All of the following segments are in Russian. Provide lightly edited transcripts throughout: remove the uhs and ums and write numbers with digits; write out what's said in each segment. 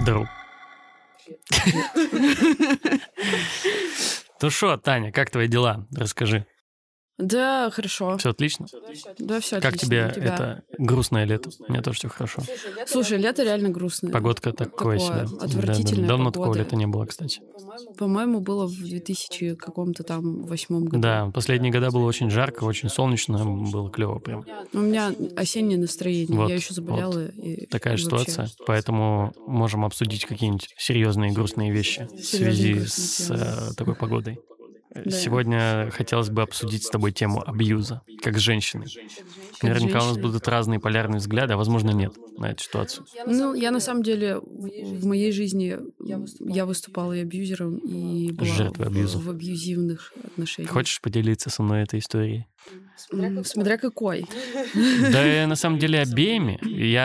Друг. Ну что, Таня, как твои дела? Расскажи. Да, хорошо. Все отлично? Да, все отлично. Как тебе это грустное лето? У меня тоже все хорошо. Слушай, лето реально грустное. Погодка такое себе. Отвратительная Давно погода. такого лета не было, кстати. По-моему, было в 2008 году. Да, последние года было очень жарко, очень солнечно, было клево прям. У меня осеннее настроение, Вот, я еще заболела. вот. И Такая же вообще. ситуация, поэтому можем обсудить какие-нибудь серьезные грустные вещи в связи с такой погодой. Да. Сегодня хотелось бы обсудить с тобой тему абьюза, как женщины. Наверняка у нас будут разные полярные взгляды, а возможно нет на эту ситуацию. Ну, я на самом деле в моей жизни я выступала и абьюзером, и была Жертвой абьюза. в абьюзивных отношениях. Хочешь поделиться со мной этой историей? Смотря какой. Да, на самом деле, обеими.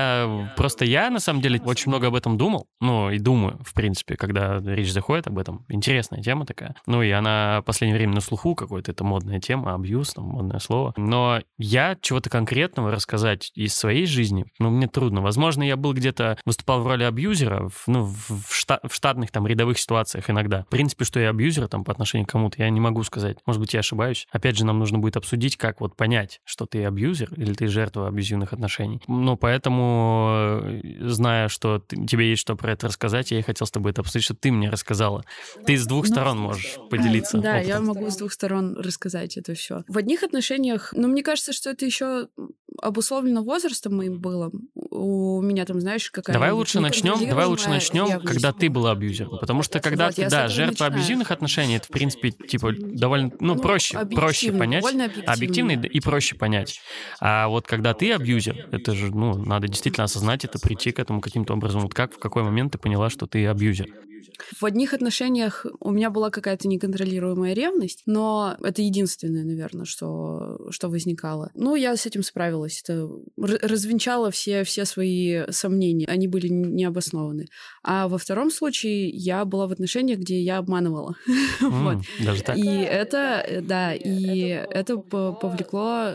Я на самом деле, очень много об этом думал. Ну, и думаю, в принципе, когда речь заходит об этом. Интересная тема такая. Ну, и она в последнее время на слуху какой-то. Это модная тема, абьюз, там, модное слово. Но я чего-то конкретного рассказать из своей жизни, мне трудно. Возможно, я был где-то, выступал в роли абьюзера, в штатных, там, рядовых ситуациях иногда. В принципе, что я абьюзер, там, по отношению к кому-то, я не могу сказать. Может быть, я ошибаюсь. Опять же, нам нужно будет обсудить, как вот понять, что ты абьюзер или ты жертва абьюзивных отношений. Поэтому, зная, что тебе есть что про это рассказать, я и хотел с тобой это обсудить, что ты мне рассказала. Ты с двух сторон можешь поделиться. Да, опытом. я могу с двух сторон рассказать это все. В одних отношениях, мне кажется, что это еще обусловлено возрастом моим было. У меня там, знаешь, какая-то... Давай лучше начнем, когда ты была абьюзером. Потому что когда ты, жертва абьюзивных отношений, это, в принципе, типа, довольно, проще понять. Объективно и проще понять. А вот когда ты абьюзер, это же, надо действительно осознать это, прийти к этому каким-то образом. Вот в какой момент ты поняла, что ты абьюзер? В одних отношениях у меня была какая-то неконтролируемая ревность, но это единственное, наверное, что возникало. Я с этим справилась. Это развенчала все свои сомнения. Они были необоснованы. А во втором случае я была в отношениях, где я обманывала. Даже так? И это повлекло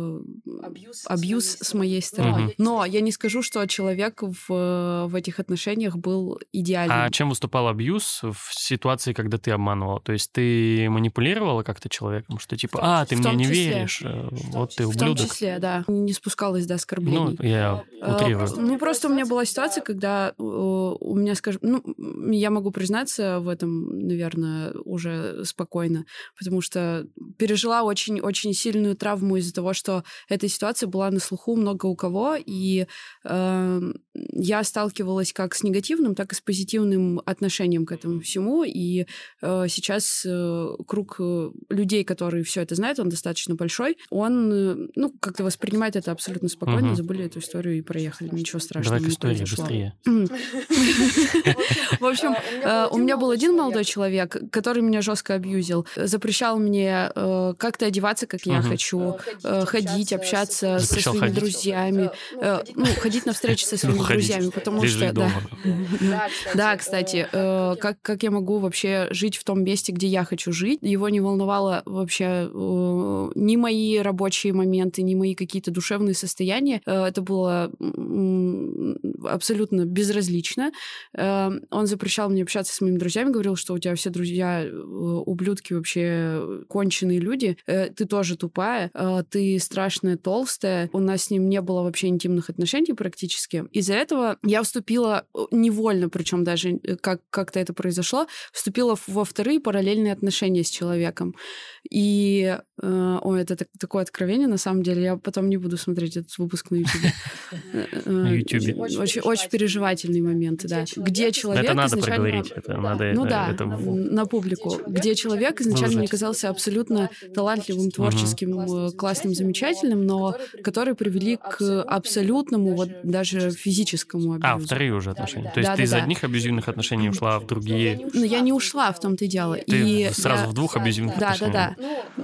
абьюз с моей стороны. Но я не скажу, что человек в этих отношениях был идеальным. А чем выступал абьюз в ситуации, когда ты обманывала? То есть ты манипулировала как-то человеком, что типа, ты мне не веришь, вот ты ублюдок. В том числе, да. Не спускалась до оскорблений. Я утрирую. Просто у меня была ситуация, когда у меня, скажем, я могу признаться в этом, наверное, уже спокойно, потому что пережила очень-очень сильную травму из-за того, что эта ситуация была на слуху много у кого, и я сталкивалась как с негативным, так и с позитивным отношением к этому всему, и сейчас круг людей, которые все это знают, он достаточно большой, он, как-то воспринимает это абсолютно спокойно, забыли эту историю и проехали, ничего страшного не произошло. Давай к истории быстрее. В общем, у меня был один молодой человек, который меня жестко абьюзил, запрещал мне как-то одеваться, как я хочу, ходить, общаться со своими друзьями, ходить на встречи со своими друзьями, потому что... Да, кстати, как я могу вообще жить в том месте, где я хочу жить. Его не волновало вообще ни мои рабочие моменты, ни мои какие-то душевные состояния. Это было абсолютно безразлично. Он запрещал мне общаться с моими друзьями, говорил, что у тебя все друзья ублюдки, вообще конченые люди. Ты тоже тупая, ты страшная, толстая. У нас с ним не было вообще интимных отношений практически. Из-за этого я вступила невольно, причем даже как-то это произошло, вступила во вторые параллельные отношения с человеком. И это такое откровение, на самом деле. Я потом не буду смотреть этот выпуск на YouTube. На YouTube. Очень переживательный момент, да. Где человек это надо изначально... проговорить. Это надо... на публику. Где человек изначально мне казался абсолютно талантливым, творческим, классным, замечательным, но которые привели к абсолютному, вот даже физическому абьюзу. Вторые уже отношения. То есть ты из одних абьюзивных отношений ушла в другие... Но я не ушла, в том-то и дело. Ты сразу в двух абьюзивных отношениях. Да.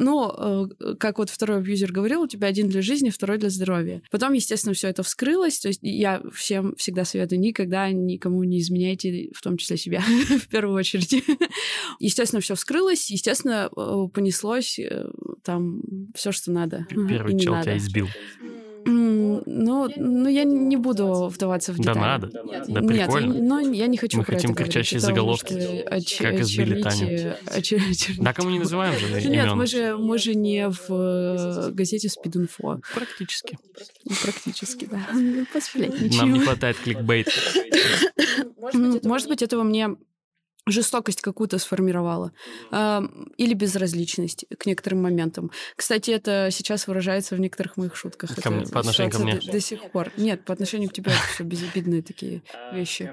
Как вот второй абьюзер говорил, у тебя один для жизни, второй для здоровья. Потом, естественно, все это вскрылось. То есть я всем всегда советую, никогда никому не изменяйте, в том числе себя, в первую очередь. Естественно, все вскрылось, естественно, понеслось там все, что надо. Первый чел тебя избил. Ну, я не буду вдаваться в детали. Да надо. Да Нет, прикольно. но я не хочу Мы про хотим это говорить. кричащие Это заголовки, может как избили Таню. Да, мы не называем же Нет, имен. мы же не в газете Speed.info. Практически. Практически, да. Нам не Посплетничаем. хватает кликбейта. Может быть, это во мне жестокость какую-то сформировала. Или безразличность к некоторым моментам. Кстати, это сейчас выражается в некоторых моих шутках. По отношению ко мне? До сих пор. Нет, по отношению к тебе это все безобидные такие вещи.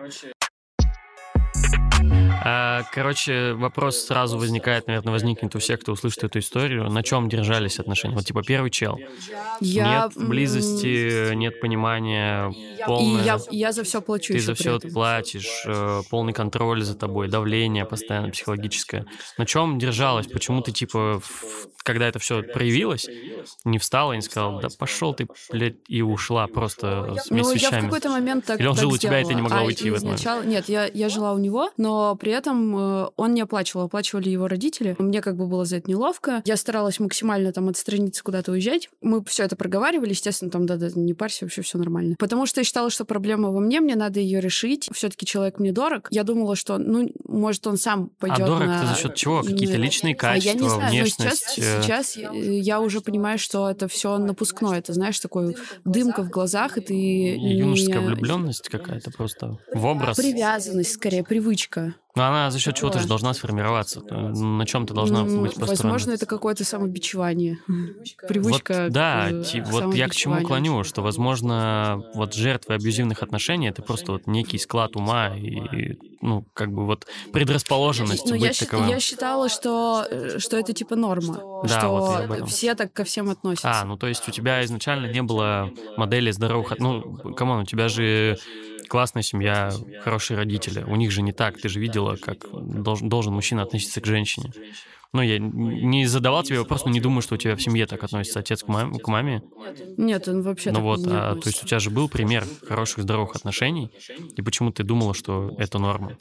Короче, вопрос сразу возникает, наверное, возникнет у всех, кто услышит эту историю. На чем держались отношения? Вот типа первый чел. Нет близости, нет понимания, полное... Я за все плачу. Ты за все платишь, полный контроль за тобой, давление постоянно психологическое. На чем держалась? Почему ты, типа, когда это все проявилось, не встала и не сказала, да пошел ты, блядь, и ушла просто с вещами? Я в какой-то момент так Или он жил у тебя, сделала. и ты не могла уйти в этот момент? Нет, я жила у него, но при этом он не оплачивал, оплачивали его родители. Мне как бы было за это неловко. Я старалась максимально там отстраниться, куда-то уезжать. Мы все это проговаривали, естественно, там, да, не парься, вообще все нормально. Потому что я считала, что проблема во мне надо ее решить. Все-таки человек мне дорог. Я думала, что, может, он сам пойдет. А дорог-то за счет чего? Какие-то личные качества, я не знаю, внешность? Сейчас я уже понимаю, что это все напускное. Это, знаешь, такой дымка в глазах, и ты... Юношеская влюбленность какая-то просто в образ. Привязанность, скорее, привычка. Но она за счет чего-то же должна сформироваться. На чем-то должна быть построена. Возможно, это какое-то самобичевание. Привычка. Вот, да, вот я к чему клоню, что, возможно, вот жертвы абьюзивных отношений — это просто вот некий склад ума и, как бы вот предрасположенность быть таковым. Я считала, что это типа норма. Да, что вот я об этом. все так ко всем относятся. То есть у тебя изначально не было модели здоровых... камон, у тебя же... классная семья, хорошие родители. У них же не так. Ты же видела, как должен мужчина относиться к женщине. Я не задавал тебе вопрос, но не думаю, что у тебя в семье так относится отец к маме. Нет, он вообще так не относится. То есть у тебя же был пример хороших, здоровых отношений, и почему ты думала, что это норма?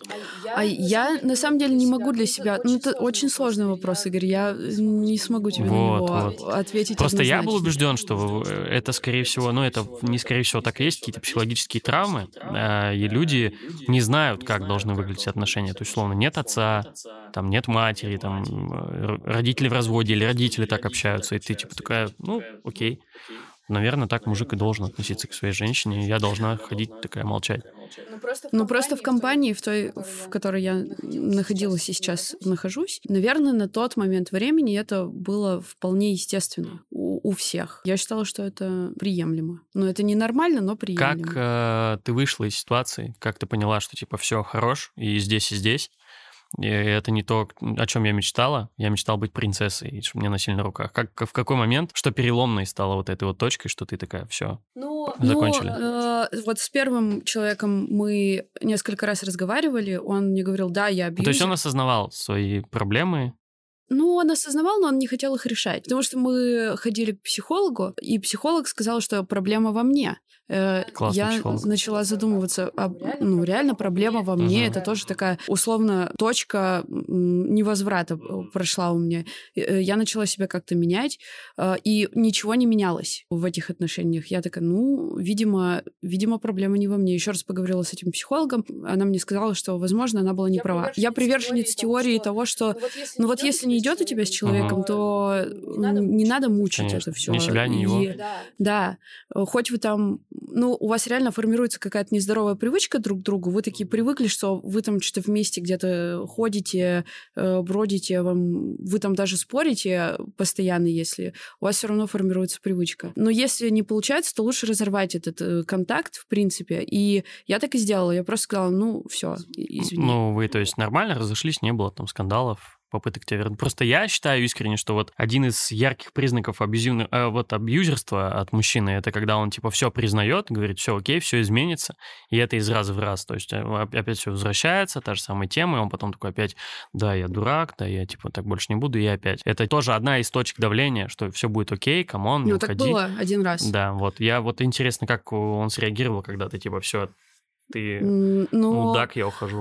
Я, на самом деле, не могу для себя... это очень сложный вопрос, Игорь. Я не смогу тебе на него ответить Просто однозначно. я был убежден, что это, скорее всего... это не скорее всего так и есть, какие-то психологические травмы, и люди не знают, как должны выглядеть отношения. То есть, условно, нет отца, там нет матери, там родители в разводе или родители так общаются, и ты типа такая, окей. Наверное, так мужик и должен относиться к своей женщине, и я должна ходить такая молчать. Просто в компании, в той, в которой я находилась и сейчас нахожусь, наверное, на тот момент времени это было вполне естественно у всех. Я считала, что это приемлемо. Это не нормально, но приемлемо. Как ты вышла из ситуации? Как ты поняла, что типа все хорош, и здесь, и здесь? И это не то, о чем я мечтала. Я мечтал быть принцессой, и чтобы меня носили на руках. В какой момент, что переломной стало вот этой вот точкой, что ты такая, все, закончили? Вот с первым человеком мы несколько раз разговаривали, он мне говорил, да, я абьюзер. То есть он осознавал свои проблемы? Он осознавал, но он не хотел их решать. Потому что мы ходили к психологу, и психолог сказал, что проблема во мне. Классный я психолог. начала задумываться, реально проблема во мне. Это тоже такая, условно, точка невозврата прошла у меня. Я начала себя как-то менять, и ничего не менялось в этих отношениях. Я такая, видимо, проблема не во мне. Еще раз поговорила с этим психологом, она мне сказала, что, возможно, она была не права. Я приверженец теории того, что, если не идет у тебя с человеком, то не надо мучить. Конечно. Это все. Ни себя, ни его. Да. Хоть вы там... у вас реально формируется какая-то нездоровая привычка друг к другу. Вы такие привыкли, что вы там что-то вместе где-то ходите, бродите, вы там даже спорите постоянно, если у вас все равно формируется привычка. Но если не получается, то лучше разорвать этот контакт, в принципе. И я так и сделала. Я просто сказала, все, извини. Вы, то есть, нормально разошлись, не было там скандалов? Попыток тебя вернуть. Просто я считаю искренне, что вот один из ярких признаков абьюзерства от мужчины, это когда он типа все признает, говорит, все окей, все изменится, и это из раза в раз. То есть опять все возвращается, та же самая тема, и он потом такой опять, да, я дурак, да, я типа так больше не буду, и опять. Это тоже одна из точек давления, что все будет окей, камон, не уходи. Так было один раз. Да, интересно, как он среагировал, когда ты типа все, ты мудак, я ухожу.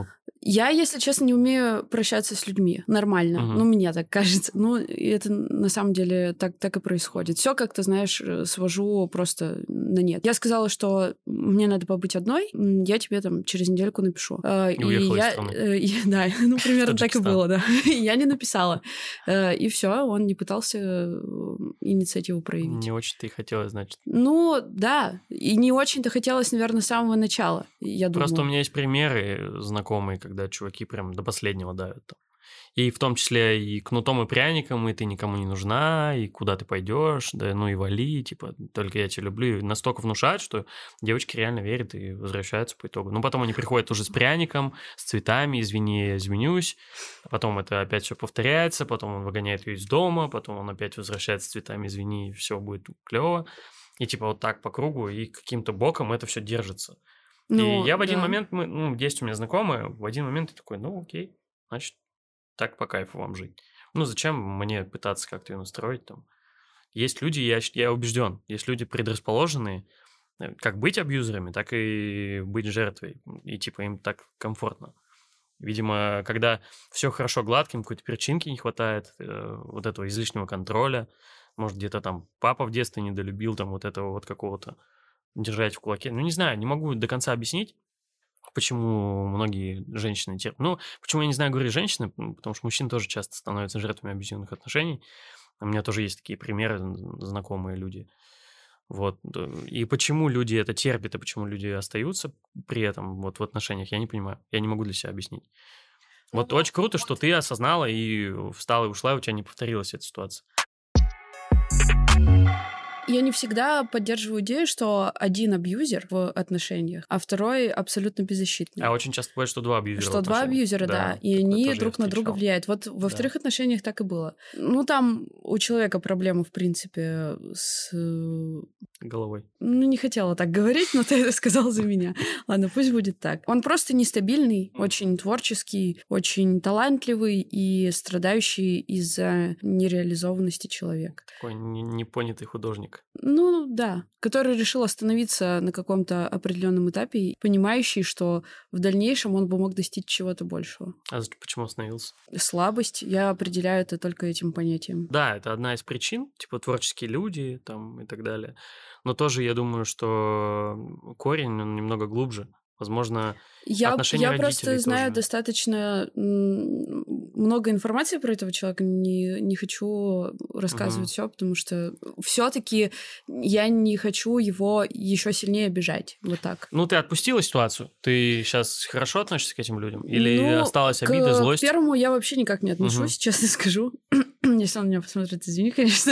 Я, если честно, не умею прощаться с людьми нормально. Ну, мне так кажется. Ну, и это на самом деле так и происходит. Все как-то, знаешь, свожу просто на нет. Я сказала, что мне надо побыть одной, я тебе там через недельку напишу. И уехала из страны. Да, ну, примерно так и было, да. Я не написала. И все, он не пытался инициативу проявить. Не очень-то и хотелось, значит. Ну, да. И не очень-то хотелось, наверное, с самого начала, я думаю. Просто у меня есть примеры знакомые, когда чуваки прям до последнего давят там. И в том числе и кнутом, и пряником, и ты никому не нужна, и куда ты пойдешь, да, ну и вали, типа, только я тебя люблю. И настолько внушают, что девочки реально верят и возвращаются по итогу. Ну, потом они приходят уже с пряником, с цветами, извини, я извинюсь. Потом это опять все повторяется, потом он выгоняет ее из дома, потом он опять возвращается с цветами, извини, и все будет клево. И типа вот так по кругу, и каким-то боком это все держится. Ну, и я в один да. момент, есть у меня знакомые, в один момент я такой, ну окей, значит, так по кайфу вам жить. Ну, зачем мне пытаться как-то ее настроить там? Есть люди, я убежден, есть люди предрасположенные, как быть абьюзерами, так и быть жертвой. И типа им так комфортно. Видимо, когда все хорошо гладким, какой-то перчинки не хватает, вот этого излишнего контроля, может, где-то там папа в детстве недолюбил, там вот этого вот какого-то держать в кулаке. Ну, не знаю, не могу до конца объяснить, почему многие женщины терпят. Ну, почему я не знаю, говорю женщины, потому что мужчины тоже часто становятся жертвами абьюзивных отношений. У меня тоже есть такие примеры, знакомые люди. Вот. И почему люди это терпят, и почему люди остаются при этом вот в отношениях, я не понимаю. Я не могу для себя объяснить. Вот очень круто, что ты осознала и встала и ушла, и у тебя не повторилась эта ситуация. Я не всегда поддерживаю идею, что один абьюзер в отношениях, а второй абсолютно беззащитный. А очень часто бывает, что два абьюзера. Что два абьюзера, да. И они друг на друга влияют. Вот во вторых отношениях так и было. Ну, там у человека проблемы, в принципе, с... головой. Ну, не хотела так говорить, но ты это сказал за меня. Ладно, пусть будет так. Он просто нестабильный, очень творческий, очень талантливый и страдающий из-за нереализованности человека. Такой непонятый художник. Ну, да. Который решил остановиться на каком-то определенном этапе, понимающий, что в дальнейшем он бы мог достичь чего-то большего. А почему остановился? Слабость. Я определяю это только этим понятием. Да, это одна из причин, типа творческие люди там и так далее. Но тоже я думаю, что корень, он немного глубже. Возможно, отношения родителей просто знаю тоже. достаточно много информации про этого человека. Не хочу рассказывать все, потому что все-таки я не хочу его еще сильнее обижать. Вот так. Ну, ты отпустила ситуацию? Ты сейчас хорошо относишься к этим людям? Или осталась обида, злость? К первому я вообще никак не отношусь, честно скажу. Если он меня посмотрит, извини, конечно.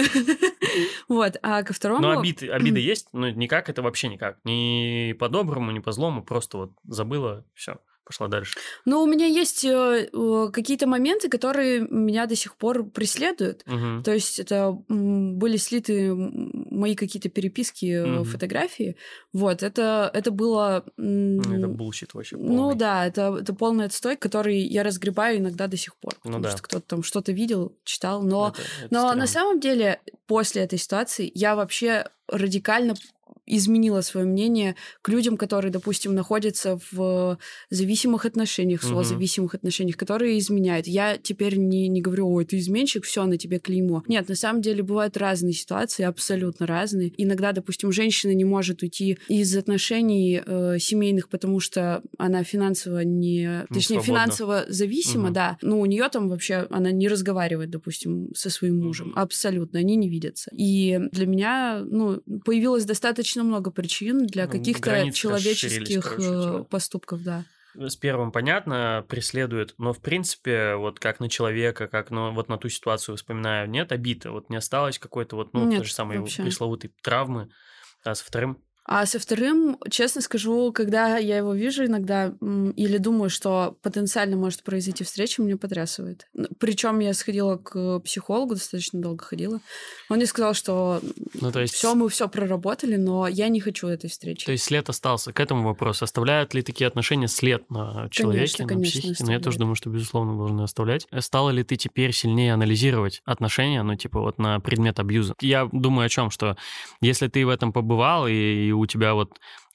Вот, а ко второму... Но обида есть, но никак это вообще никак. Ни по-доброму, ни по-злому, просто вот забыла, все, пошла дальше. Ну, у меня есть какие-то моменты, которые меня до сих пор преследуют. То есть это были слиты мои какие-то переписки, фотографии. Вот, это было... Это булщит вообще полный. Ну да, это полный отстой, который я разгребаю иногда до сих пор. Потому что кто-то там что-то видел, читал. Но на самом деле после этой ситуации я вообще радикально изменила свое мнение к людям, которые, допустим, находятся в зависимых отношениях, в созависимых отношениях, которые изменяют. Я теперь не говорю, ой, ты изменщик, все на тебе клеймо. Нет, на самом деле бывают разные ситуации, абсолютно разные. Иногда, допустим, женщина не может уйти из отношений семейных, потому что она финансово финансово зависима, да. Ну, у нее там вообще, она не разговаривает, допустим, со своим мужем. Абсолютно, они не видятся. И для меня, появилось достаточно много причин для каких-то человеческих поступков, да. С первым понятно, преследует, но в принципе, вот как на человека, как вот на ту ситуацию вспоминаю, нет обиды, вот не осталось какой-то вот, нет, той же самой вообще. пресловутой травмы, а со вторым? А со вторым, честно скажу, когда я его вижу иногда или думаю, что потенциально может произойти встреча, меня потрясывает. Причем я сходила к психологу, достаточно долго ходила. Он мне сказал, что мы все проработали, но я не хочу этой встречи. То есть след остался. К этому вопросу. Оставляют ли такие отношения след на человеке, на психике? Конечно, но я тоже думаю, что, безусловно, должны оставлять. Стала ли ты теперь сильнее анализировать отношения, вот на предмет абьюза? Я думаю о чем, что если ты в этом побывал, и у тебя вот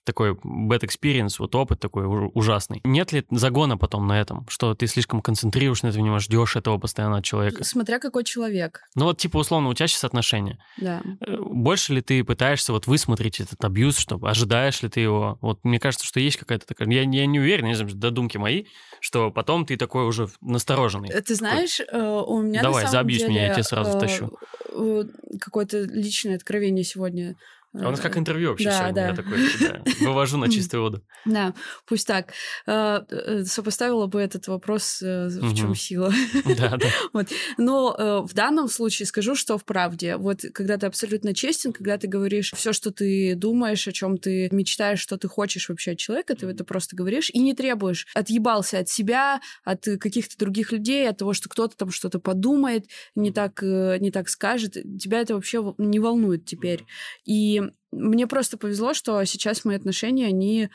такой bad experience, вот опыт такой ужасный. Нет ли загона потом на этом, что ты слишком концентрируешь на этом, ждешь этого постоянно от человека? Смотря какой человек. Ну вот типа условно у тебя сейчас отношения. Да. Больше ли ты пытаешься вот высмотреть этот абьюз, чтобы ожидаешь ли ты его? Вот мне кажется, что есть какая-то такая... Я не уверен, не знаю, додумки мои, что потом ты такой уже настороженный. Ты знаешь, у меня Давай, на самом забьюсь деле... меня, я тебе сразу втащу. Какое-то личное откровение сегодня. А у нас как интервью вообще да, сегодня, да. я такой вывожу на чистую воду. Да, пусть так. Сопоставила бы этот вопрос, в чем сила. Да. Вот. Но в данном случае скажу, что в правде. Вот когда ты абсолютно честен, когда ты говоришь все, что ты думаешь, о чем ты мечтаешь, что ты хочешь вообще от человека, ты это просто говоришь и не требуешь. Отъебался от себя, от каких-то других людей, от того, что кто-то там что-то подумает, не так скажет. Тебя это вообще не волнует теперь. И мне просто повезло, что сейчас мои отношения, они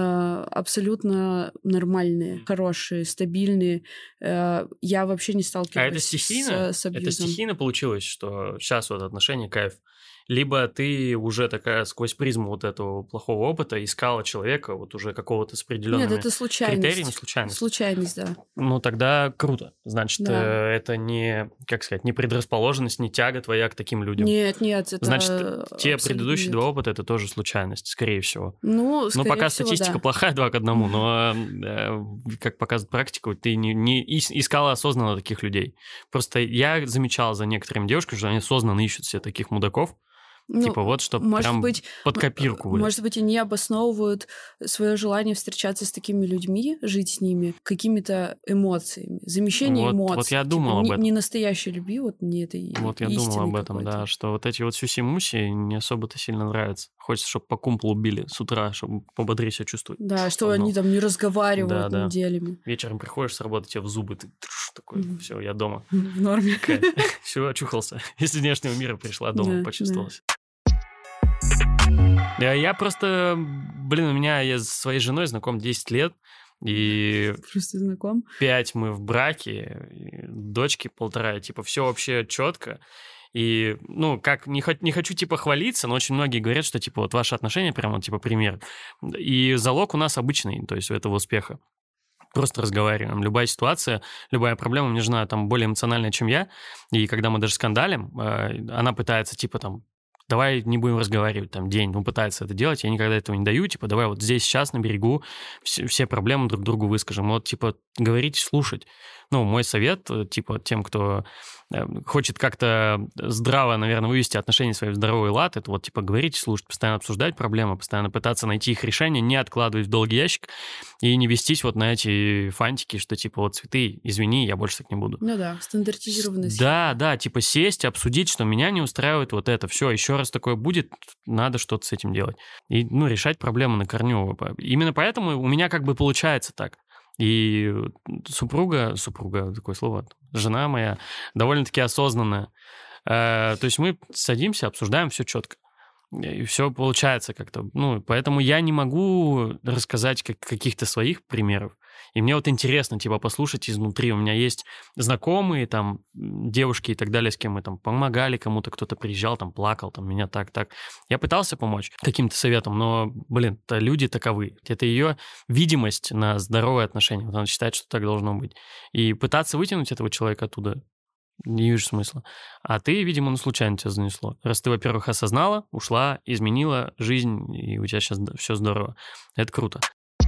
абсолютно нормальные, хорошие, стабильные. Я вообще не сталкиваюсь с абьюзом. Это стихийно получилось, что сейчас вот отношения кайф? Либо ты уже такая сквозь призму вот этого плохого опыта искала человека вот уже какого-то с определенными Нет, это случайность. критериями, случайность. Случайность, да. Ну, тогда круто. Значит, да. Это не, как сказать, не предрасположенность, не тяга твоя к таким людям. Нет, это значит, те предыдущие два опыта, это тоже случайность, скорее всего. Ну, скорее пока всего, статистика да. плохая 2 к 1, но, как показывает практика, ты не искала осознанно таких людей. Просто я замечал за некоторыми девушками, что они осознанно ищут себе таких мудаков, типа вот, чтобы прям под копирку были. Может быть, они обосновывают свое желание встречаться с такими людьми, жить с ними, какими-то эмоциями, замещение эмоций. Вот я думал об этом. Не настоящей любви, вот не этой Вот я думал об этом, да, что вот эти вот сюси-муси не особо-то сильно нравятся. Хочется, чтобы по кумполу били с утра, чтобы пободрее себя чувствовать. Да, что они там не разговаривают неделями. Вечером приходишь с работы, тебе в зубы, ты такой, все, я дома. В норме. Все, очухался. Из внешнего мира пришла, дома почувствовалась. Я просто, у меня я с своей женой знаком 10 лет, и просто знаком. 5 мы в браке, дочки 1,5, типа, все вообще четко. И, как, не хочу, типа, хвалиться, но очень многие говорят, что, типа, вот ваши отношения прямо, типа, пример. И залог у нас обычный, то есть у этого успеха. Просто разговариваем. Любая ситуация, любая проблема, мне жена там более эмоциональная, чем я, и когда мы даже скандалим, она пытается, типа, там, давай не будем разговаривать там день, пытается это делать, я никогда этого не даю, типа, давай вот здесь, сейчас, на берегу, все проблемы друг другу выскажем. Вот, типа, говорить, слушать. Мой совет, типа, тем, кто хочет как-то здраво, наверное, вывести отношения свои в здоровый лад, это вот, типа, говорить, слушать, постоянно обсуждать проблемы, постоянно пытаться найти их решение, не откладывать в долгий ящик и не вестись вот на эти фантики, что, типа, вот цветы, извини, я больше так не буду. Ну да, стандартизированность. Да, типа, сесть, обсудить, что меня не устраивает вот это, все, еще раз такое будет, надо что-то с этим делать. И, решать проблемы на корню. Именно поэтому у меня как бы получается так. И супруга, такое слово, жена моя, довольно-таки осознанная. То есть мы садимся, обсуждаем все четко. И все получается как-то. Поэтому я не могу рассказать каких-то своих примеров. И мне вот интересно, типа, послушать изнутри. У меня есть знакомые, там, девушки и так далее, с кем мы там помогали кому-то, кто-то приезжал, там, плакал, там, меня так. Я пытался помочь каким-то советом, но, люди таковы. Это ее видимость на здоровые отношения. Вот она считает, что так должно быть. И пытаться вытянуть этого человека оттуда не вижу смысла. А ты, видимо, случайно тебя занесло. Раз ты, во-первых, осознала, ушла, изменила жизнь, и у тебя сейчас все здорово. Это круто.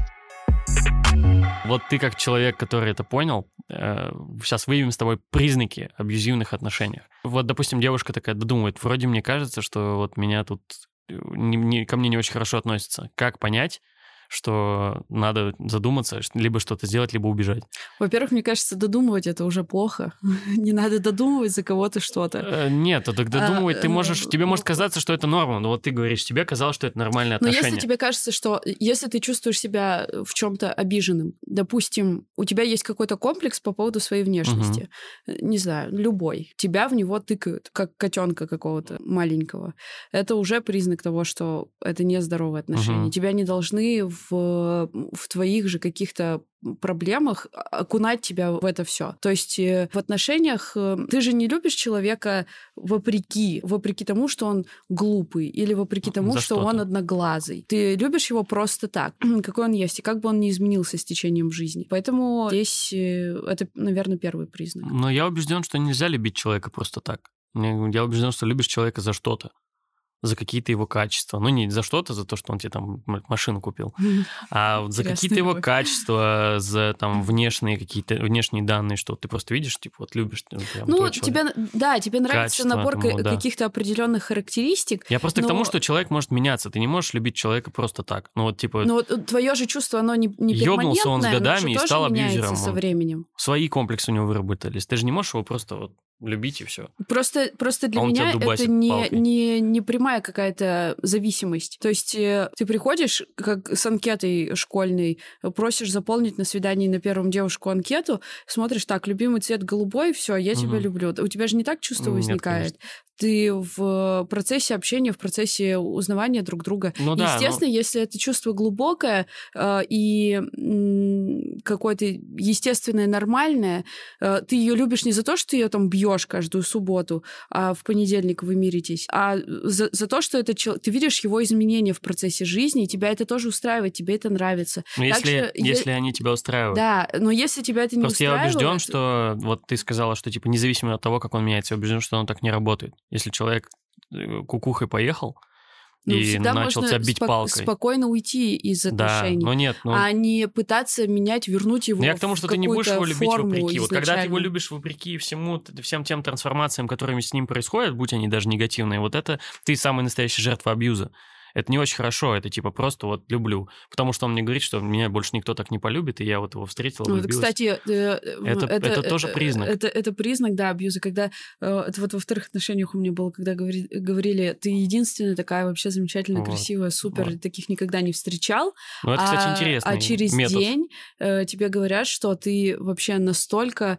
Вот ты как человек, который это понял, сейчас выявим с тобой признаки абьюзивных отношений. Вот, допустим, девушка такая додумывает, вроде мне кажется, что вот меня тут ко мне не очень хорошо относятся. Как понять, что надо задуматься, либо что-то сделать, либо убежать? Во-первых, мне кажется, додумывать это уже плохо. Не надо додумывать за кого-то что-то. Нет, так додумывать тебе может казаться, что это норма, но вот ты говоришь, тебе казалось, что это нормальное отношение. Но если тебе кажется, что если ты чувствуешь себя в чем-то обиженным, допустим, у тебя есть какой-то комплекс по поводу своей внешности, не знаю, любой, тебя в него тыкают, как котенка какого-то маленького, это уже признак того, что это нездоровые отношения. Тебя не должны в твоих же каких-то проблемах окунать тебя в это все. То есть в отношениях ты же не любишь человека вопреки тому, что он глупый, или вопреки тому, что он одноглазый. Ты любишь его просто так, какой он есть, и как бы он ни изменился с течением жизни. Поэтому здесь это, наверное, первый признак. Но я убежден, что нельзя любить человека просто так. Я убежден, что любишь человека за что-то. За какие-то его качества. Ну, не за что-то, за то, что он тебе там машину купил, а за какие-то его качества, за там внешние данные, что ты просто видишь, типа, вот любишь. Ну, тебе нравится набор каких-то определенных характеристик. Я просто к тому, что человек может меняться. Ты не можешь любить человека просто так. Ну, вот, типа... Но твое же чувство, оно не перманентное. Ёбнулся он с годами и стал абьюзером. Со временем. Свои комплексы у него выработались. Ты же не можешь его просто вот любить и все. Просто для меня это не прямая какая-то зависимость. То есть ты приходишь как с анкетой школьной, просишь заполнить на свидании на первом девушку анкету, смотришь, так, любимый цвет голубой, все, я тебя люблю. У тебя же не так чувство возникает. Ты в процессе общения, в процессе узнавания друг друга. Естественно, если это чувство глубокое и какое-то естественное, нормальное, ты ее любишь не за то, что ты ее там бьешь каждую субботу, а в понедельник вы миритесь, а за то, что ты видишь его изменения в процессе жизни, и тебя это тоже устраивает, тебе это нравится. Но если они тебя устраивают. Да, но если тебя это не устраивает... Просто я убежден, что... Вот ты сказала, что типа независимо от того, как он меняется, я убежден, что он так не работает. Если человек кукухой поехал, и начал тебя бить палкой. Спокойно уйти из отношений. А не пытаться менять, вернуть его в какую-то форму. Я к тому, что ты не будешь его любить вопреки. Вот когда ты его любишь вопреки всем тем трансформациям, которыми с ним происходят, будь они даже негативные, вот это ты самая настоящая жертва абьюза. Это не очень хорошо, это типа просто вот люблю. Потому что он мне говорит, что меня больше никто так не полюбит, и я вот его встретила, влюбилась. Кстати, это тоже признак. Это признак, да, абьюза. Когда это вот во вторых отношениях у меня было, когда говорили, ты единственная такая вообще замечательная, красивая, супер, таких никогда не встречал. Ну, это, кстати, интересный А через метод. день тебе говорят, что ты вообще настолько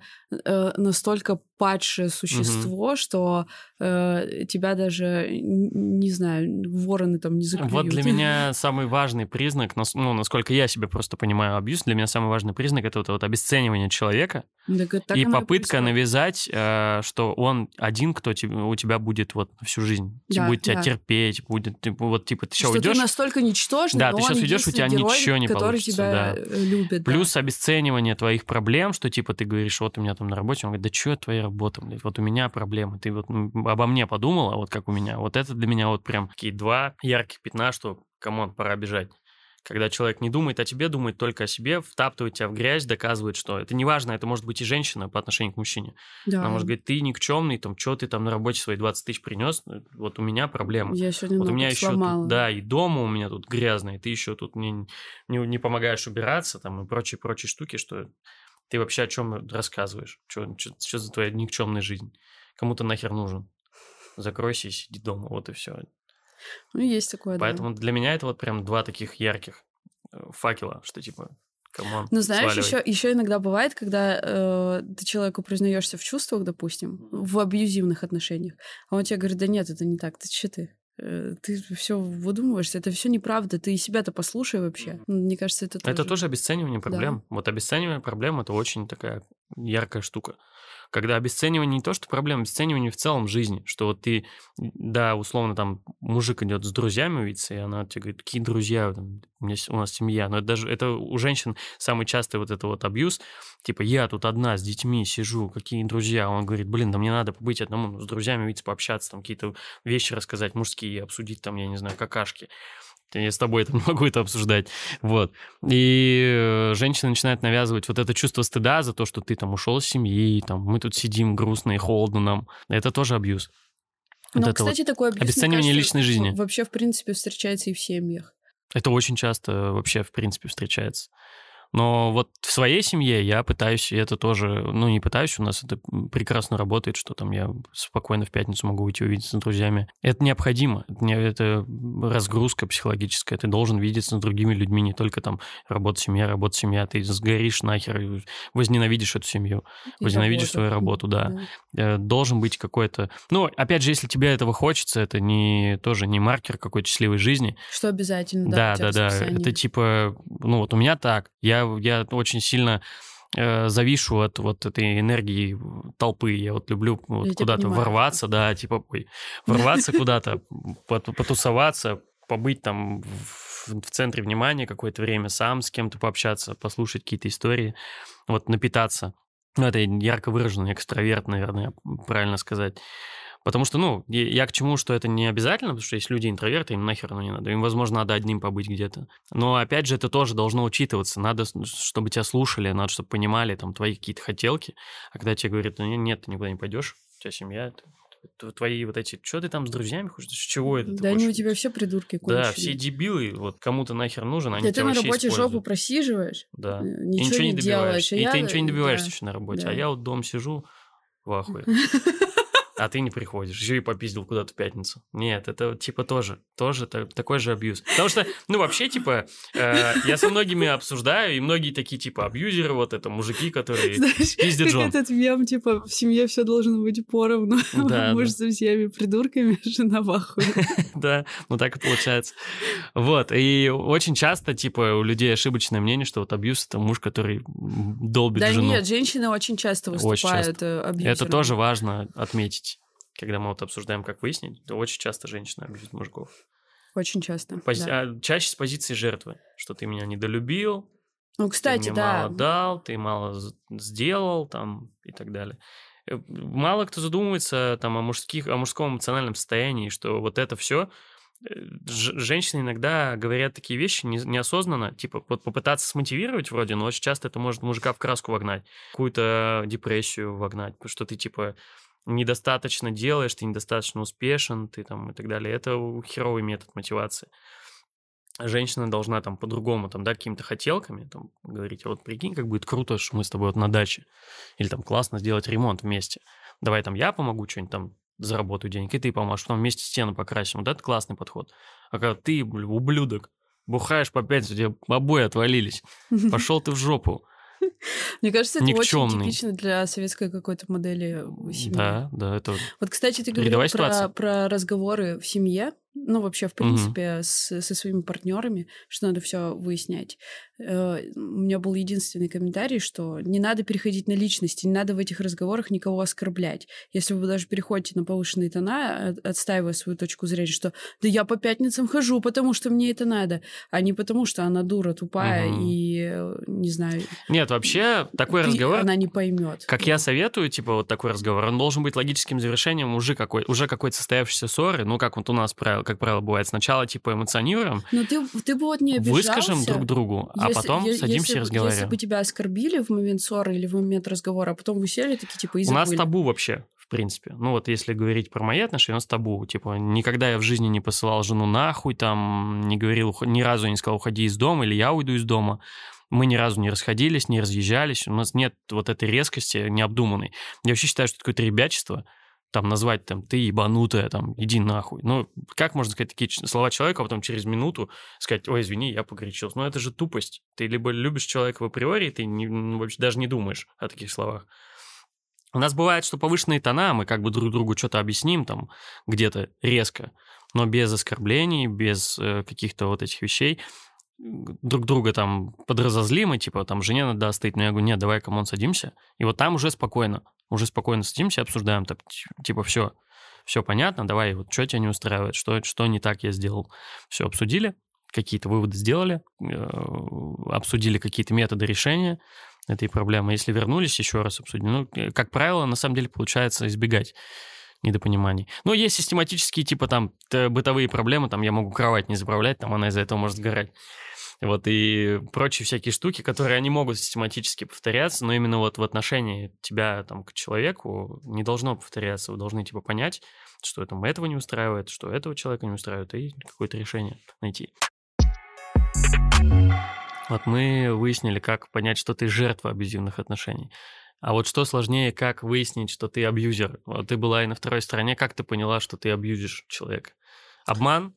падшее существо, что тебя даже, не знаю, вороны там не заклюют. Вот для меня самый важный признак, насколько я себе просто понимаю абьюз, для меня самый важный признак — это вот обесценивание человека и попытка навязать, что он один, кто у тебя будет вот всю жизнь. Будет тебя терпеть, будет, вот типа ты сейчас уйдешь... Что ты настолько ничтожный, да, ты сейчас уйдешь, у тебя ничего не который получится. Тебя любит. Плюс обесценивание твоих проблем, что типа ты говоришь, вот у меня там на работе, он говорит, да что это твоя работа, блядь, вот у меня проблемы, ты вот обо мне подумала, вот как у меня. Вот это для меня вот прям такие два ярких пятна, что, камон, пора бежать. Когда человек не думает о тебе, думает только о себе, втаптывает тебя в грязь, доказывает, что это не важно, это может быть и женщина по отношению к мужчине. Да. Она может говорить, ты никчемный, там, что ты там на работе свои 20 тысяч принес, вот у меня проблема. Я сегодня вот у меня еще сломала. Тут, да, и дома у меня тут грязно, и ты еще тут не помогаешь убираться, там, и прочие штуки, что ты вообще о чем рассказываешь? Что за твоя никчемная жизнь? Кому ты нахер нужен? Закройся и сиди дома, вот и все. Ну, есть такое, Поэтому для меня это вот прям два таких ярких факела, что типа, камон, ну, знаешь, еще иногда бывает, когда ты человеку признаешься в чувствах, допустим, в абьюзивных отношениях, а он тебе говорит, да нет, это не так, ты все выдумываешься, это все неправда, ты себя-то послушай вообще. Мне кажется, это тоже... Это тоже обесценивание проблем. Да. Вот обесценивание проблем — это очень такая яркая штука. Когда обесценивание не то, что проблема, обесценивание в целом жизни, что вот ты, да, условно, там, мужик идет с друзьями увидеться, и она тебе говорит, какие друзья, там, у нас семья, но это у женщин самый частый вот это вот абьюз, типа, я тут одна с детьми сижу, какие друзья, он говорит, блин, да мне надо побыть одному, с друзьями увидеться, пообщаться, там, какие-то вещи рассказать мужские, обсудить, там, я не знаю, какашки. Я с тобой не могу это обсуждать. Вот. И женщина начинает навязывать вот это чувство стыда за то, что ты там ушел с семьи, там, мы тут сидим грустно и холодно нам. Это тоже абьюз. Но, вот кстати, такой абьюз, обесценивание личной жизни. Вообще, в принципе, встречается и в семьях. Это очень часто вообще, в принципе, встречается. Но вот в своей семье я пытаюсь, и это тоже, ну, не пытаюсь, у нас это прекрасно работает, что там я спокойно в пятницу могу уйти увидеться с друзьями. Это необходимо, это разгрузка психологическая, ты должен видеться с другими людьми, не только там работа, семья, ты сгоришь нахер и возненавидишь эту семью, возненавидишь свою работу, да. Должен быть какой-то... Ну, опять же, если тебе этого хочется, это тоже не маркер какой-то счастливой жизни. Что обязательно, да. Да. Это типа, ну вот у меня так. Я очень сильно завишу от вот этой энергии толпы. Я вот люблю вот куда-то ворваться, да, типа ворваться куда-то, потусоваться, побыть там в центре внимания какое-то время, сам с кем-то пообщаться, послушать какие-то истории, вот напитаться. Ну, это ярко выраженный экстраверт, наверное, правильно сказать. Потому что, ну, я к чему, что это не обязательно, потому что есть люди интроверты, им нахер не надо. Им, возможно, надо одним побыть где-то. Но, опять же, это тоже должно учитываться. Надо, чтобы тебя слушали, надо, чтобы понимали там твои какие-то хотелки. А когда тебе говорят, ну, нет, ты никуда не пойдешь, у тебя семья, твои вот эти, что ты там с друзьями хочешь, с чего это? Да они у тебя все придурки конченые. Да, все дебилы, вот кому-то нахер нужен, они да тебя ты вообще на работе используют. жопу просиживаешь, да. ничего не делаешь. И ты ничего не добиваешься еще на работе. Да. А я вот дома сижу в ахуе. А ты не приходишь, еще и попиздил куда-то в пятницу. Нет, это типа тоже такой же абьюз. Потому что, ну, вообще, типа, я со многими обсуждаю, и многие такие, типа, абьюзеры, вот это мужики, которые пиздят жен. Этот мем, типа, в семье все должно быть поровну. Муж со всеми придурками, жена в ахуе. Да, ну так и получается. Вот, и очень часто, типа, у людей ошибочное мнение, что вот абьюз — это муж, который долбит жену. Да нет, женщины очень часто выступают абьюзерами. Это тоже важно отметить. Когда мы вот обсуждаем, как выяснить, то очень часто женщины абьюзят мужиков. Очень часто, чаще с позиции жертвы, что ты меня недолюбил, ну, кстати, ты мне мало дал, ты мало сделал, там, и так далее. Мало кто задумывается там о мужском эмоциональном состоянии, что вот это все женщины иногда говорят такие вещи неосознанно, типа вот попытаться смотивировать вроде, но очень часто это может мужика в краску вогнать, какую-то депрессию вогнать, потому что ты типа недостаточно делаешь, ты недостаточно успешен, ты там и так далее. Это херовый метод мотивации. Женщина должна там по-другому, там, да, какими-то хотелками там говорить, а вот прикинь, как будет круто, что мы с тобой вот на даче, или там классно сделать ремонт вместе. Давай там я помогу что-нибудь там, заработаю денег, и ты поможешь, потом вместе стену покрасим. Вот это классный подход. А когда ты, ублюдок, бухаешь по 5, у тебя обои отвалились, пошел ты в жопу. Мне кажется, это очень типично для советской какой-то модели семьи. Да, это... Вот, кстати, ты говорил про разговоры в семье, ну, вообще, в принципе, со своими партнерами, что надо все выяснять. У меня был единственный комментарий, что не надо переходить на личности, не надо в этих разговорах никого оскорблять. Если вы даже переходите на повышенные тона, отстаивая свою точку зрения, что да я по пятницам хожу, потому что мне это надо, а не потому что она дура, тупая и, не знаю... Нет, вообще, такой разговор... Она не поймет. Как я советую, типа, вот такой разговор, он должен быть логическим завершением уже какой-то состоявшейся ссоры, ну, как вот у нас, как правило, бывает. Сначала, типа, эмоционируем, но ты бы вот не обижался, выскажем друг другу, а потом садимся и разговариваем. Если бы тебя оскорбили в момент ссоры или в момент разговора, а потом вы сели такие, типа, и забыли. У нас табу вообще, в принципе. Ну, вот если говорить про мои отношения, у нас табу. Типа, никогда я в жизни не посылал жену нахуй, там, не говорил, ни разу не сказал, уходи из дома, или я уйду из дома. Мы ни разу не расходились, не разъезжались. У нас нет вот этой резкости необдуманной. Я вообще считаю, что это какое-то ребячество. Там назвать, там, ты ебанутая, там, иди нахуй. Ну, как можно сказать такие слова человека, а потом через минуту сказать, ой, извини, я погорячился. Ну, это же тупость. Ты либо любишь человека в априори, ты вообще даже не думаешь о таких словах. У нас бывает, что повышенные тона, мы как бы друг другу что-то объясним, там, где-то резко, но без оскорблений, без каких-то вот этих вещей. Друг друга там подразозлим, и типа там жене надо остыть, но я говорю, нет, давай, камон, садимся, и вот там уже спокойно садимся, обсуждаем, так, типа, все понятно, давай, вот что тебя не устраивает, что не так я сделал, все обсудили, какие-то выводы сделали, обсудили какие-то методы решения этой проблемы, если вернулись, еще раз обсудили, ну, как правило, на самом деле получается избегать недопониманий. Но есть систематические, типа, там, бытовые проблемы, там, я могу кровать не заправлять, там, она из-за этого может сгорать. Вот, и прочие всякие штуки, которые они могут систематически повторяться, но именно вот в отношении тебя, там, к человеку не должно повторяться. Вы должны, типа, понять, что там этого не устраивает, что этого человека не устраивает, и какое-то решение найти. Вот мы выяснили, как понять, что ты жертва абьюзивных отношений. А вот что сложнее, как выяснить, что ты абьюзер? Вот ты была и на второй стороне, как ты поняла, что ты абьюзишь человека? Обман?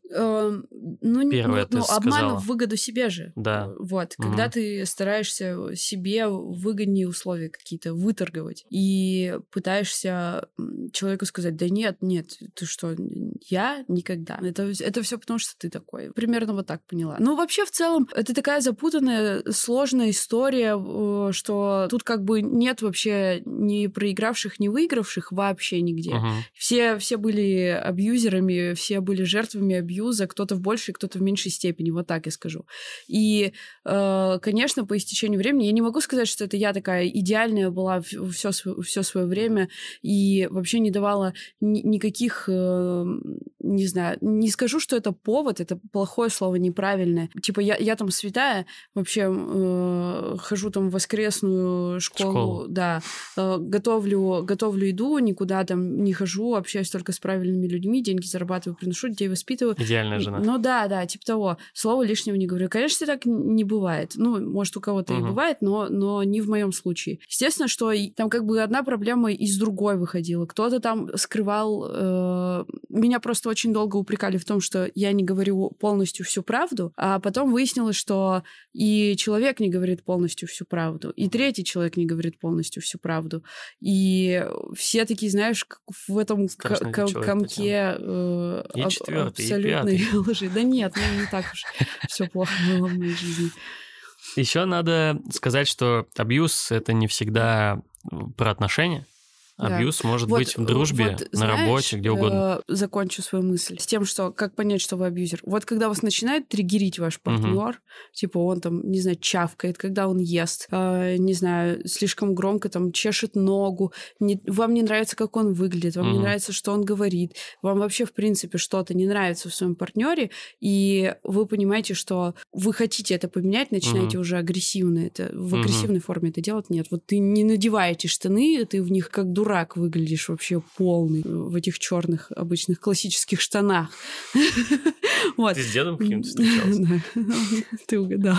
Первое ты обман сказала. в выгоду себе же. Да. Вот. Когда ты стараешься себе выгоднее условия какие-то выторговать и пытаешься человеку сказать, да нет, ты что, я никогда. Это все потому, что ты такой. Примерно вот так поняла. Ну, вообще, в целом, это такая запутанная, сложная история, что тут как бы нет вообще ни проигравших, ни выигравших вообще нигде. Все были абьюзерами, все были жертвами абьюза, кто-то в большей, кто-то в меньшей степени, вот так я скажу. И, конечно, по истечению времени, я не могу сказать, что это я такая идеальная была все свое время и вообще не давала никаких, не знаю, не скажу, что это повод, это плохое слово, неправильное. Типа я там святая, вообще хожу там в воскресную школу. Да, готовлю еду, никуда там не хожу, общаюсь только с правильными людьми, деньги зарабатываю, приношу, детей воспитываю. Идеальная жена. Ну да, типа того. Слова лишнего не говорю. Конечно, так не бывает. Ну, может, у кого-то и бывает, но не в моем случае. Естественно, что там как бы одна проблема из другой выходила. Кто-то там скрывал... Меня просто очень долго упрекали в том, что я не говорю полностью всю правду, а потом выяснилось, что и человек не говорит полностью всю правду, и третий человек не говорит полностью всю правду. И все такие, знаешь, как в этом комке абсолютной лжи. Да нет, не так уж все плохо было в моей жизни. Еще надо сказать, что абьюз — это не всегда про отношения. Абьюз может быть в дружбе, на работе, где угодно. Закончу свою мысль с тем, что как понять, что вы абьюзер. Вот когда вас начинает триггерить ваш партнер, типа он там, не знаю, чавкает, когда он ест, не знаю, слишком громко там чешет ногу, вам не нравится, как он выглядит, вам не нравится, что он говорит, вам вообще, в принципе, что-то не нравится в своем партнере, и вы понимаете, что вы хотите это поменять, начинаете уже агрессивно это, в агрессивной форме это делать. Нет, вот ты не надеваете штаны, ты в них как дурак выглядишь вообще полный в этих черных обычных классических штанах. Ты с дедом каким-то встречался? Да, ты угадал.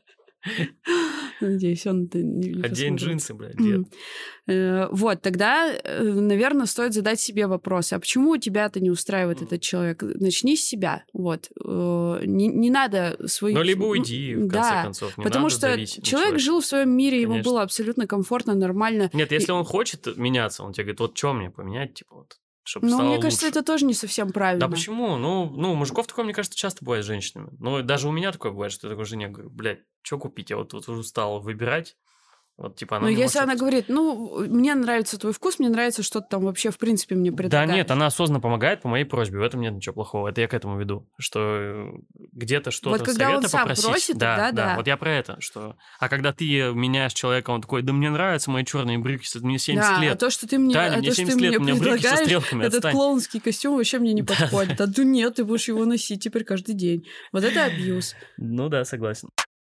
Надеюсь, он не одень джинсы, блядь, дед. Вот, тогда, наверное, стоит задать себе вопрос, а почему тебя-то не устраивает этот человек? Начни с себя, вот. Не надо своих... Ну, либо уйди, в конце концов, не потому надо что давить на человек жил в своем мире, Конечно. ему было абсолютно комфортно, нормально. Нет, если он хочет меняться, он тебе говорит, вот что мне поменять, типа вот, чтобы Но стало мне кажется, лучше. это тоже не совсем правильно. Да почему? Ну, у мужиков такое, мне кажется, часто бывает с женщинами. Ну, даже у меня такое бывает, что я такой жене говорю, блядь, что купить? Я вот уже устал выбирать. Вот, типа, она но мне если она говорит, мне нравится твой вкус, мне нравится что-то там вообще, в принципе, мне предлагаешь. Да нет, она осознанно помогает по моей просьбе, в этом нет ничего плохого. Это я к этому веду, что где-то что-то вот когда совета он сам попросить. просит, да. Вот я про это, что... А когда ты меняешь человека, он такой, да мне нравятся мои черные брюки, мне 70 лет. А то, что ты мне, Таня, мне 70 лет, у меня брюки со стрелками, этот отстань. клоунский костюм вообще мне не подходит. Да нет, ты будешь его носить теперь каждый день. Вот это абьюз. Ну да, согласен.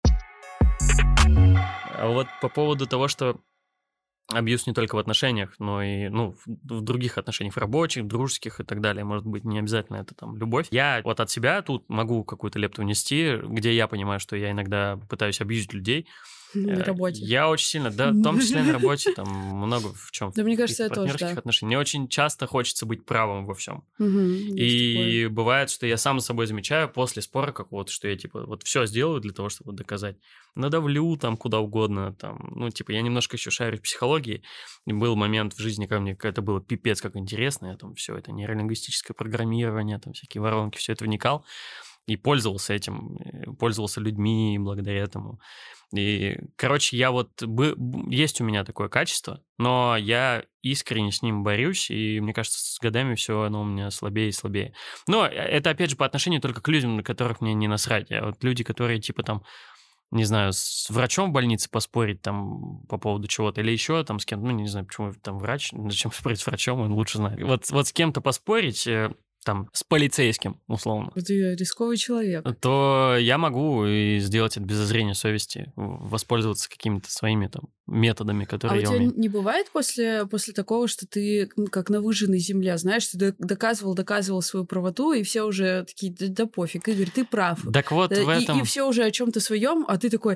А вот по поводу того, что абьюз не только в отношениях, но и в других отношениях, в рабочих, дружеских и так далее. Может быть, не обязательно это там любовь. Я вот от себя тут могу какую-то лепту внести, где я понимаю, что я иногда пытаюсь абьюзить людей. На работе. Я очень сильно, да, в том числе на работе, там много в чем. Да, мне кажется, это тоже, партнерских отношениях. Мне очень часто хочется быть правым во всем. И бывает, что я сам с собой замечаю после спора какого-то, что я типа вот все сделаю для того, чтобы доказать. Надавлю там куда угодно, там, я немножко еще шарю в психологии. И был момент в жизни, когда мне это было пипец как интересно, я там все это нейролингвистическое программирование, там всякие воронки, все это вникал. И пользовался этим, пользовался людьми благодаря этому. И, короче, есть у меня такое качество, но я искренне с ним борюсь, и мне кажется, с годами все оно у меня слабее и слабее. Но это, опять же, по отношению только к людям, на которых мне не насрать. А вот люди, которые, типа, там, не знаю, с врачом в больнице поспорить там по поводу чего-то, или еще там с кем-то, не знаю, почему там врач, зачем спорить с врачом, он лучше знает. Вот с кем-то поспорить... там, с полицейским, условно, Ты рисковый человек. то я могу и сделать это без зазрения совести, воспользоваться какими-то своими там методами, которые я у тебя умею. не бывает после такого, что ты как на выжженной земле, знаешь, ты доказывал свою правоту, и все уже такие, да пофиг, Игорь, ты прав. Так вот, в этом... И все уже о чем-то своем, а ты такой...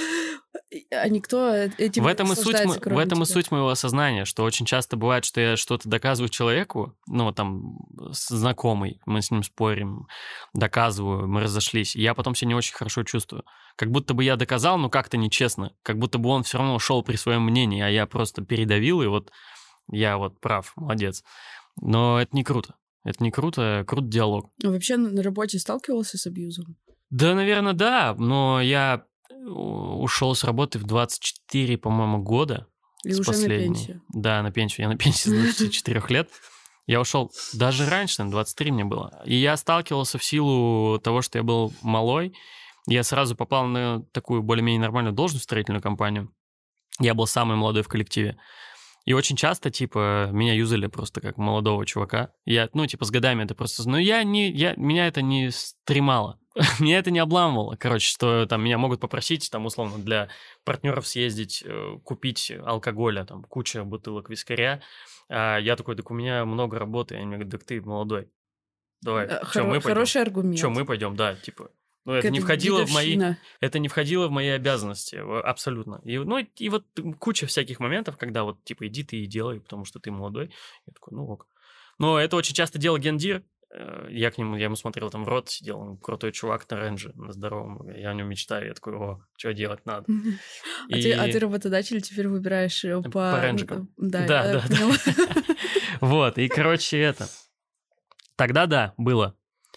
А никто этим в этом и тебя. суть моего осознания, что очень часто бывает, что я что-то доказываю человеку, ну, там, знакомый, мы с ним спорим, доказываю, мы разошлись, и я потом себя не очень хорошо чувствую. Как будто бы я доказал, но как-то нечестно, как будто бы он все равно шел при своем мнении, а я просто передавил, и вот я вот прав, молодец. Но это не круто. Это не круто, крут диалог. А вообще на работе сталкивался с абьюзом? Да, наверное, да, но я ушел с работы в 24, по-моему, года. И уже последней. на пенсию? Да, на пенсию. Я на пенсии с 24 лет. Я ушел даже раньше, наверное, 23 мне было. И я сталкивался в силу того, что я был малой. Я сразу попал на такую более-менее нормальную должность в строительную компанию. Я был самый молодой в коллективе. И очень часто, типа, меня юзали просто как молодого чувака. Я, ну, типа, с годами это просто... Ну, меня это не стремало. Меня это не обламывало, короче, что там меня могут попросить, там, условно, для партнеров съездить, купить алкоголя, там, куча бутылок вискаря. А я такой, так у меня много работы. Они мне говорят, так ты молодой. Давай, что, мы пойдем? Хороший аргумент. Что, мы пойдем, да, типа... Ну, это не входило в мои обязанности, абсолютно. И вот куча всяких моментов, когда вот, типа, иди ты и делай, потому что ты молодой. Я такой, ну ок. Но это очень часто делал гендир. Я ему смотрел там в рот, сидел, он крутой чувак на рейнже, на здоровом. Я о нем мечтаю, я такой, о, что делать надо. А ты работодатель теперь выбираешь по рейнджикам. Да. Вот, и, короче, это... Тогда да, было.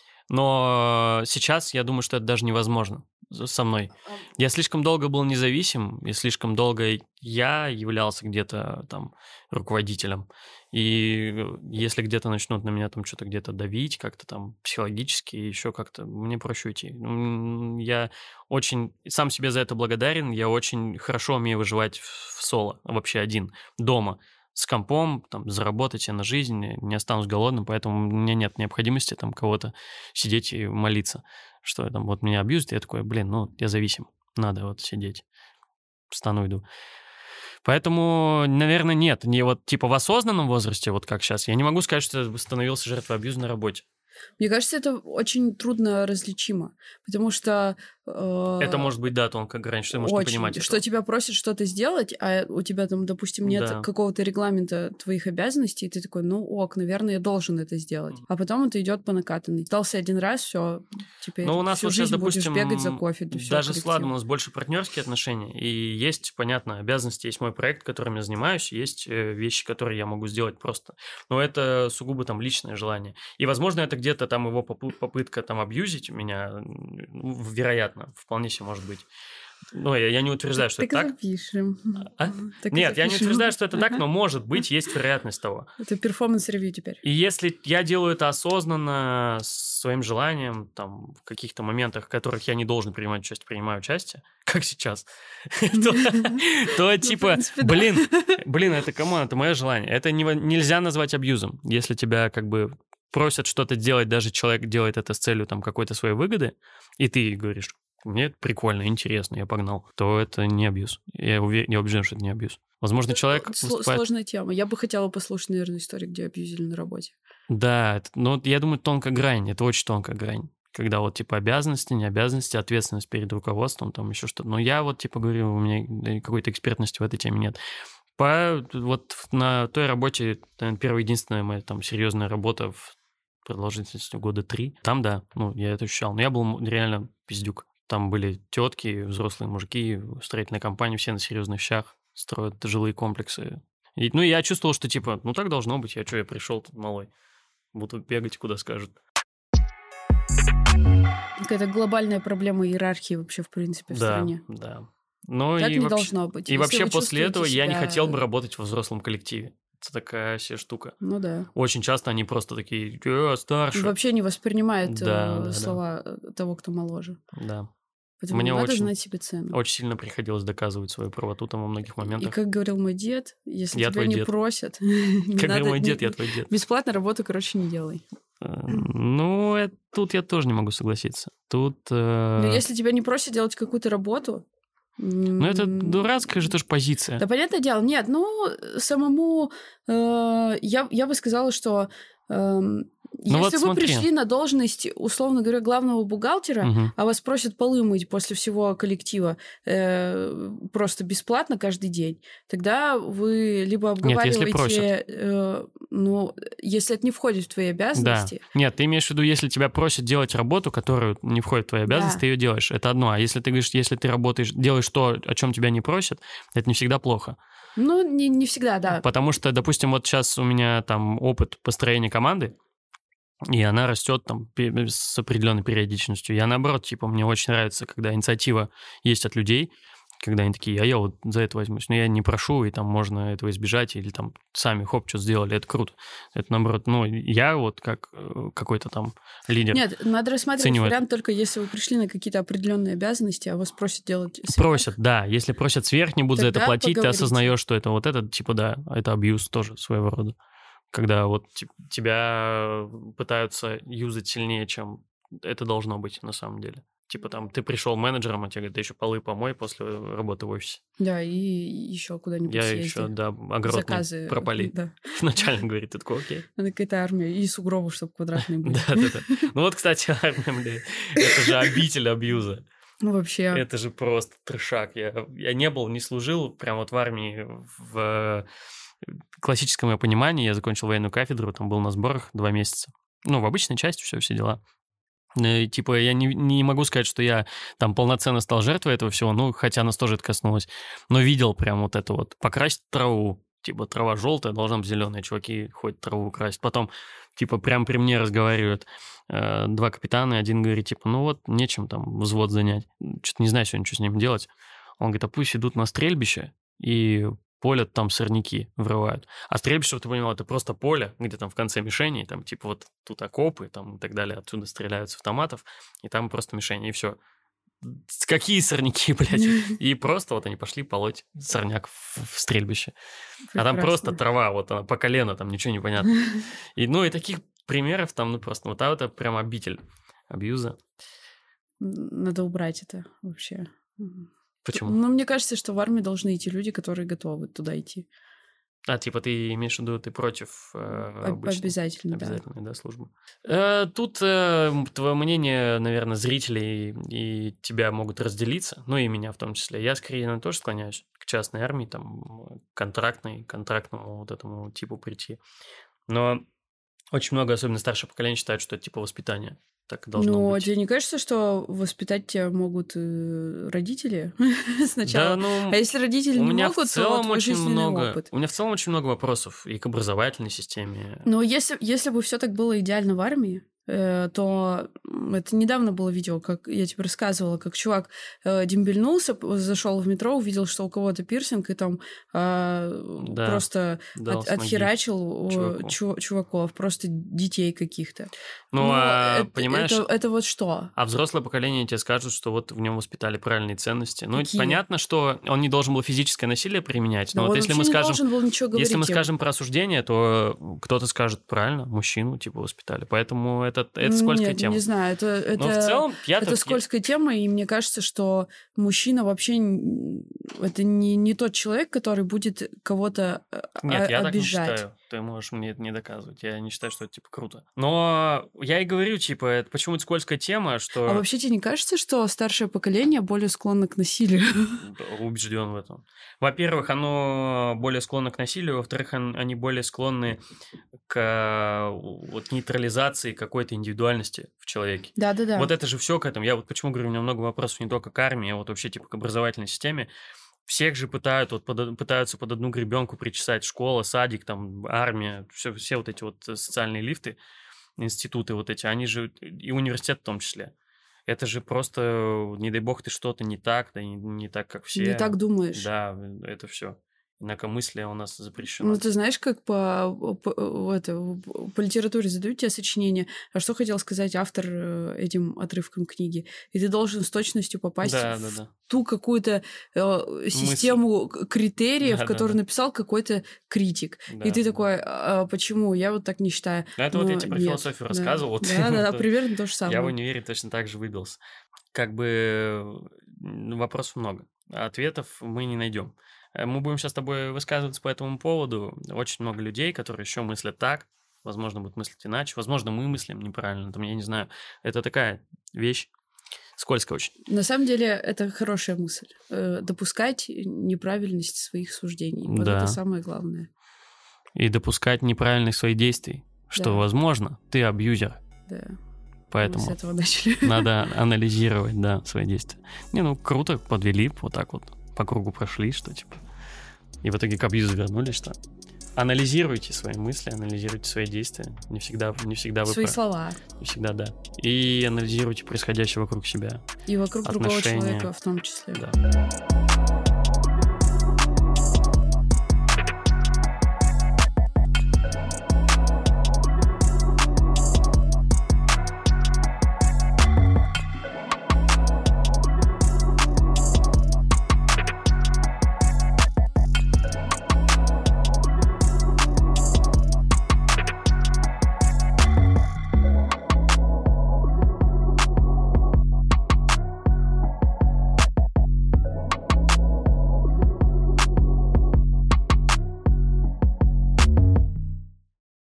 Но сейчас я думаю, что это даже невозможно со мной. Я слишком долго был независим, и слишком долго я являлся где-то там руководителем. И если где-то начнут на меня там что-то где-то давить, как-то там психологически, еще как-то, мне проще уйти. Я очень сам себе за это благодарен, я очень хорошо умею выживать в соло, вообще один, дома. С компом, там, заработать себе на жизнь, не останусь голодным, поэтому у меня нет необходимости там кого-то сидеть и молиться, что там вот меня абьюзят, я такой, блин, ну, я зависим, надо вот сидеть, встану, иду. Поэтому, наверное, нет, не вот типа в осознанном возрасте, вот как сейчас, я не могу сказать, что я становился жертвой абьюза на работе. Мне кажется, это очень трудно различимо, потому что... Это может быть, да, тонкая грань, что ты можешь не понимать. Что тебя просят что-то сделать, а у тебя там, допустим, нет какого-то регламента твоих обязанностей, и ты такой, ну ок, наверное, я должен это сделать. А потом это идет по накатанной. Стался один раз, все, теперь у нас всю жизнь сейчас, допустим, будешь бегать за кофе. Даже с Владом у нас больше партнерские отношения, и есть, понятно, обязанности, есть мой проект, которым я занимаюсь, есть вещи, которые я могу сделать просто. Но это сугубо там личное желание. И, возможно, это где-то там его попытка там абьюзить меня, вероятно, вполне себе может быть. Но я не утверждаю, что это так. Запишем. Нет, я не утверждаю, что это так, но может быть, есть вероятность того. Это перформанс-ревью теперь. И если я делаю это осознанно, своим желанием, там, в каких-то моментах, в которых я не должен принимаю участие, как сейчас, то типа, блин, это камон, это мое желание. Это нельзя назвать абьюзом. Если тебя как бы просят что-то делать, даже человек делает это с целью там какой-то своей выгоды, и ты говоришь, мне это прикольно, интересно, я погнал, то это не абьюз. Я убежден, что это не абьюз. Возможно, человек выступает... Сложная тема. Я бы хотела послушать, наверное, историю, где абьюзили на работе. Да, но я думаю, тонкая грань, это очень тонкая грань. Когда вот типа обязанности, не обязанности, ответственность перед руководством, там еще что-то. Но я вот типа говорю, у меня какой-то экспертности в этой теме нет. Вот на той работе, наверное, первая единственная моя там серьезная работа в продолжительностью 3 года. Там, да, я это ощущал. Но я был реально пиздюк. Там были тетки, взрослые мужики, строительная компания, все на серьезных щах, строят жилые комплексы. И я чувствовал, что типа, так должно быть. Я пришел тут малой. Буду бегать, куда скажут. Какая-то глобальная проблема иерархии вообще, в принципе, в стране. Да. Так не должно быть. И вообще после этого я не хотел бы работать во взрослом коллективе. Это такая себе штука. Ну да. Очень часто они просто такие, старше. Вообще не воспринимают слова того, кто моложе. Да. Поэтому Мне надо знать себе цену. Очень сильно приходилось доказывать свою правоту там во многих моментах. И как говорил мой дед, если я тебя не просят... Как говорил мой дед, я твой дед. Бесплатно работу, короче, не делай. Ну, тут я тоже не могу согласиться. Тут... Но если тебя не просят делать какую-то работу... Ну, это дурацкая же тоже позиция. Да, понятное дело. Нет, самому... Я бы сказала, что... Если вы пришли на должность, условно говоря, главного бухгалтера, а вас просят полы мыть после всего коллектива просто бесплатно каждый день, тогда вы либо обговариваете... если это не входит в твои обязанности... Да. Нет, ты имеешь в виду, если тебя просят делать работу, которую не входит в твои обязанности, ты ее делаешь. Это одно. А если ты говоришь, если ты работаешь, делаешь то, о чем тебя не просят, это не всегда плохо. Ну, не всегда, да. Потому что, допустим, вот сейчас у меня там опыт построения команды, и она растет там с определенной периодичностью. Я наоборот, типа, мне очень нравится, когда инициатива есть от людей, когда они такие, а я вот за это возьмусь. Но я не прошу, и там можно этого избежать, или там сами, хоп, что сделали, это круто. Это наоборот, я вот как какой-то там лидер. Нет, надо рассматривать вариант только если вы пришли на какие-то определенные обязанности, а вас просят делать сверх. Просят, да. Если просят сверх, не будут за это платить, ты осознаешь, что это вот это, типа, да, это абьюз тоже своего рода. Когда вот тебя пытаются юзать сильнее, чем это должно быть на самом деле. Типа там ты пришел менеджером, а тебе говорят, ты еще полы помой после работы в офисе. Да, и еще куда-нибудь съезди. Еще, да, огород заказы пропали. Да. Начальник говорит, ты такой, окей. Это какая-то армия, и сугробы, чтобы квадратные были. Да. Ну вот, кстати, армия, это же обитель абьюза. Ну, вообще. Это же просто трешак. Я не служил прям вот в армии в классическом ее понимании. Я закончил военную кафедру, там был на сборах 2 месяца. В обычной части все дела. Типа, я не могу сказать, что я там полноценно стал жертвой этого всего, хотя нас тоже это коснулось. Но видел прям вот это вот. Покрасить траву. Типа, трава желтая, должна быть зеленая. Чуваки ходят траву красить. Потом, типа, прям при мне разговаривают 2 капитана, и один говорит, типа, нечем там взвод занять. Что-то не знаю сегодня, что с ним делать. Он говорит, а пусть идут на стрельбище и полят там сорняки, врывают. А стрельбище, чтобы ты понимал, это просто поле, где там в конце мишени, там типа вот тут окопы там и так далее, отсюда стреляют с автоматов, и там просто мишени, и все. Какие сорняки, блядь? И просто вот они пошли полоть сорняк в стрельбище. Прекрасно. А там просто трава, вот она по колено, там ничего не понятно. И таких примеров там, просто вот это прям обитель абьюза. Надо убрать это вообще. Почему? Мне кажется, что в армии должны идти люди, которые готовы туда идти. Типа ты имеешь в виду, ты против обязательной, да, службы. Тут твое мнение, наверное, зрителей и тебя могут разделиться, и меня в том числе. Я скорее тоже склоняюсь к частной армии, там, контрактному вот этому типу прийти. Но очень много, особенно старшее поколение, считают, что это типа воспитание. Так должно быть. Тебе не кажется, что воспитать тебя могут родители сначала? Да, а если родители не могут, то твой жизненный опыт. У меня в целом очень много вопросов и к образовательной системе. Но если бы все так было идеально в армии, то это недавно было видео, как я тебе рассказывала, как чувак дембельнулся, зашел в метро, увидел, что у кого-то пирсинг, и там просто отхерачил чуваков, просто детей каких-то. Понимаешь? Это вот что? А взрослое поколение тебе скажут, что вот в нем воспитали правильные ценности. Понятно, что он не должен был физическое насилие применять, но вот если мы скажем про осуждение, то кто-то скажет, правильно, мужчину типа воспитали. Поэтому это скользкая тема. Не знаю, это скользкая тема, и мне кажется, что мужчина вообще это не тот человек, который будет кого-то обижать. Нет, я так не считаю. Ты можешь мне это не доказывать. Я не считаю, что это, типа, круто. Но я и говорю, типа, это почему это скользкая тема, что... А вообще тебе не кажется, что старшее поколение более склонно к насилию? Убежден в этом. Во-первых, оно более склонно к насилию, во-вторых, они более склонны к нейтрализации какой-то индивидуальности в человеке. Да. Вот это же все к этому. Я вот почему говорю, у меня много вопросов не только к армии, а вот вообще, типа, к образовательной системе. Всех же пытаются под одну гребенку причесать. Школа, садик, там, армия, все вот эти вот социальные лифты, институты вот эти, они же, и университет в том числе. Это же просто, не дай бог, ты что-то не так, да не так, как все. Не так думаешь. Да, это все. Инакомыслие у нас запрещено. Ну, ты знаешь, как по литературе задают тебе сочинение, а что хотел сказать автор этим отрывком книги? И ты должен с точностью попасть в ту какую-то систему критериев, которую написал какой-то критик. И ты такой, почему? Я вот так не считаю. Это вот я тебе про философию рассказывал. Да, примерно то же самое. Я в универе точно так же выбился. Как бы вопросов много, а ответов мы не найдем. Мы будем сейчас с тобой высказываться по этому поводу. Очень много людей, которые еще мыслят так, возможно, будут мыслить иначе, возможно, мы мыслим неправильно, там, я не знаю. Это такая вещь скользкая очень. На самом деле, это хорошая мысль. Допускать неправильность своих суждений. Вот это самое главное. И допускать неправильность своих действий, что, возможно, ты абьюзер. Да. Поэтому мы с этого начали. Надо анализировать, свои действия. Круто, подвели, вот так вот, по кругу прошли, что типа... И в итоге к абьюзу вернулись, что анализируйте свои мысли, анализируйте свои действия. Не всегда вы свои слова. Не всегда, да. И анализируйте происходящее вокруг себя. И вокруг другого человека в том числе. Да.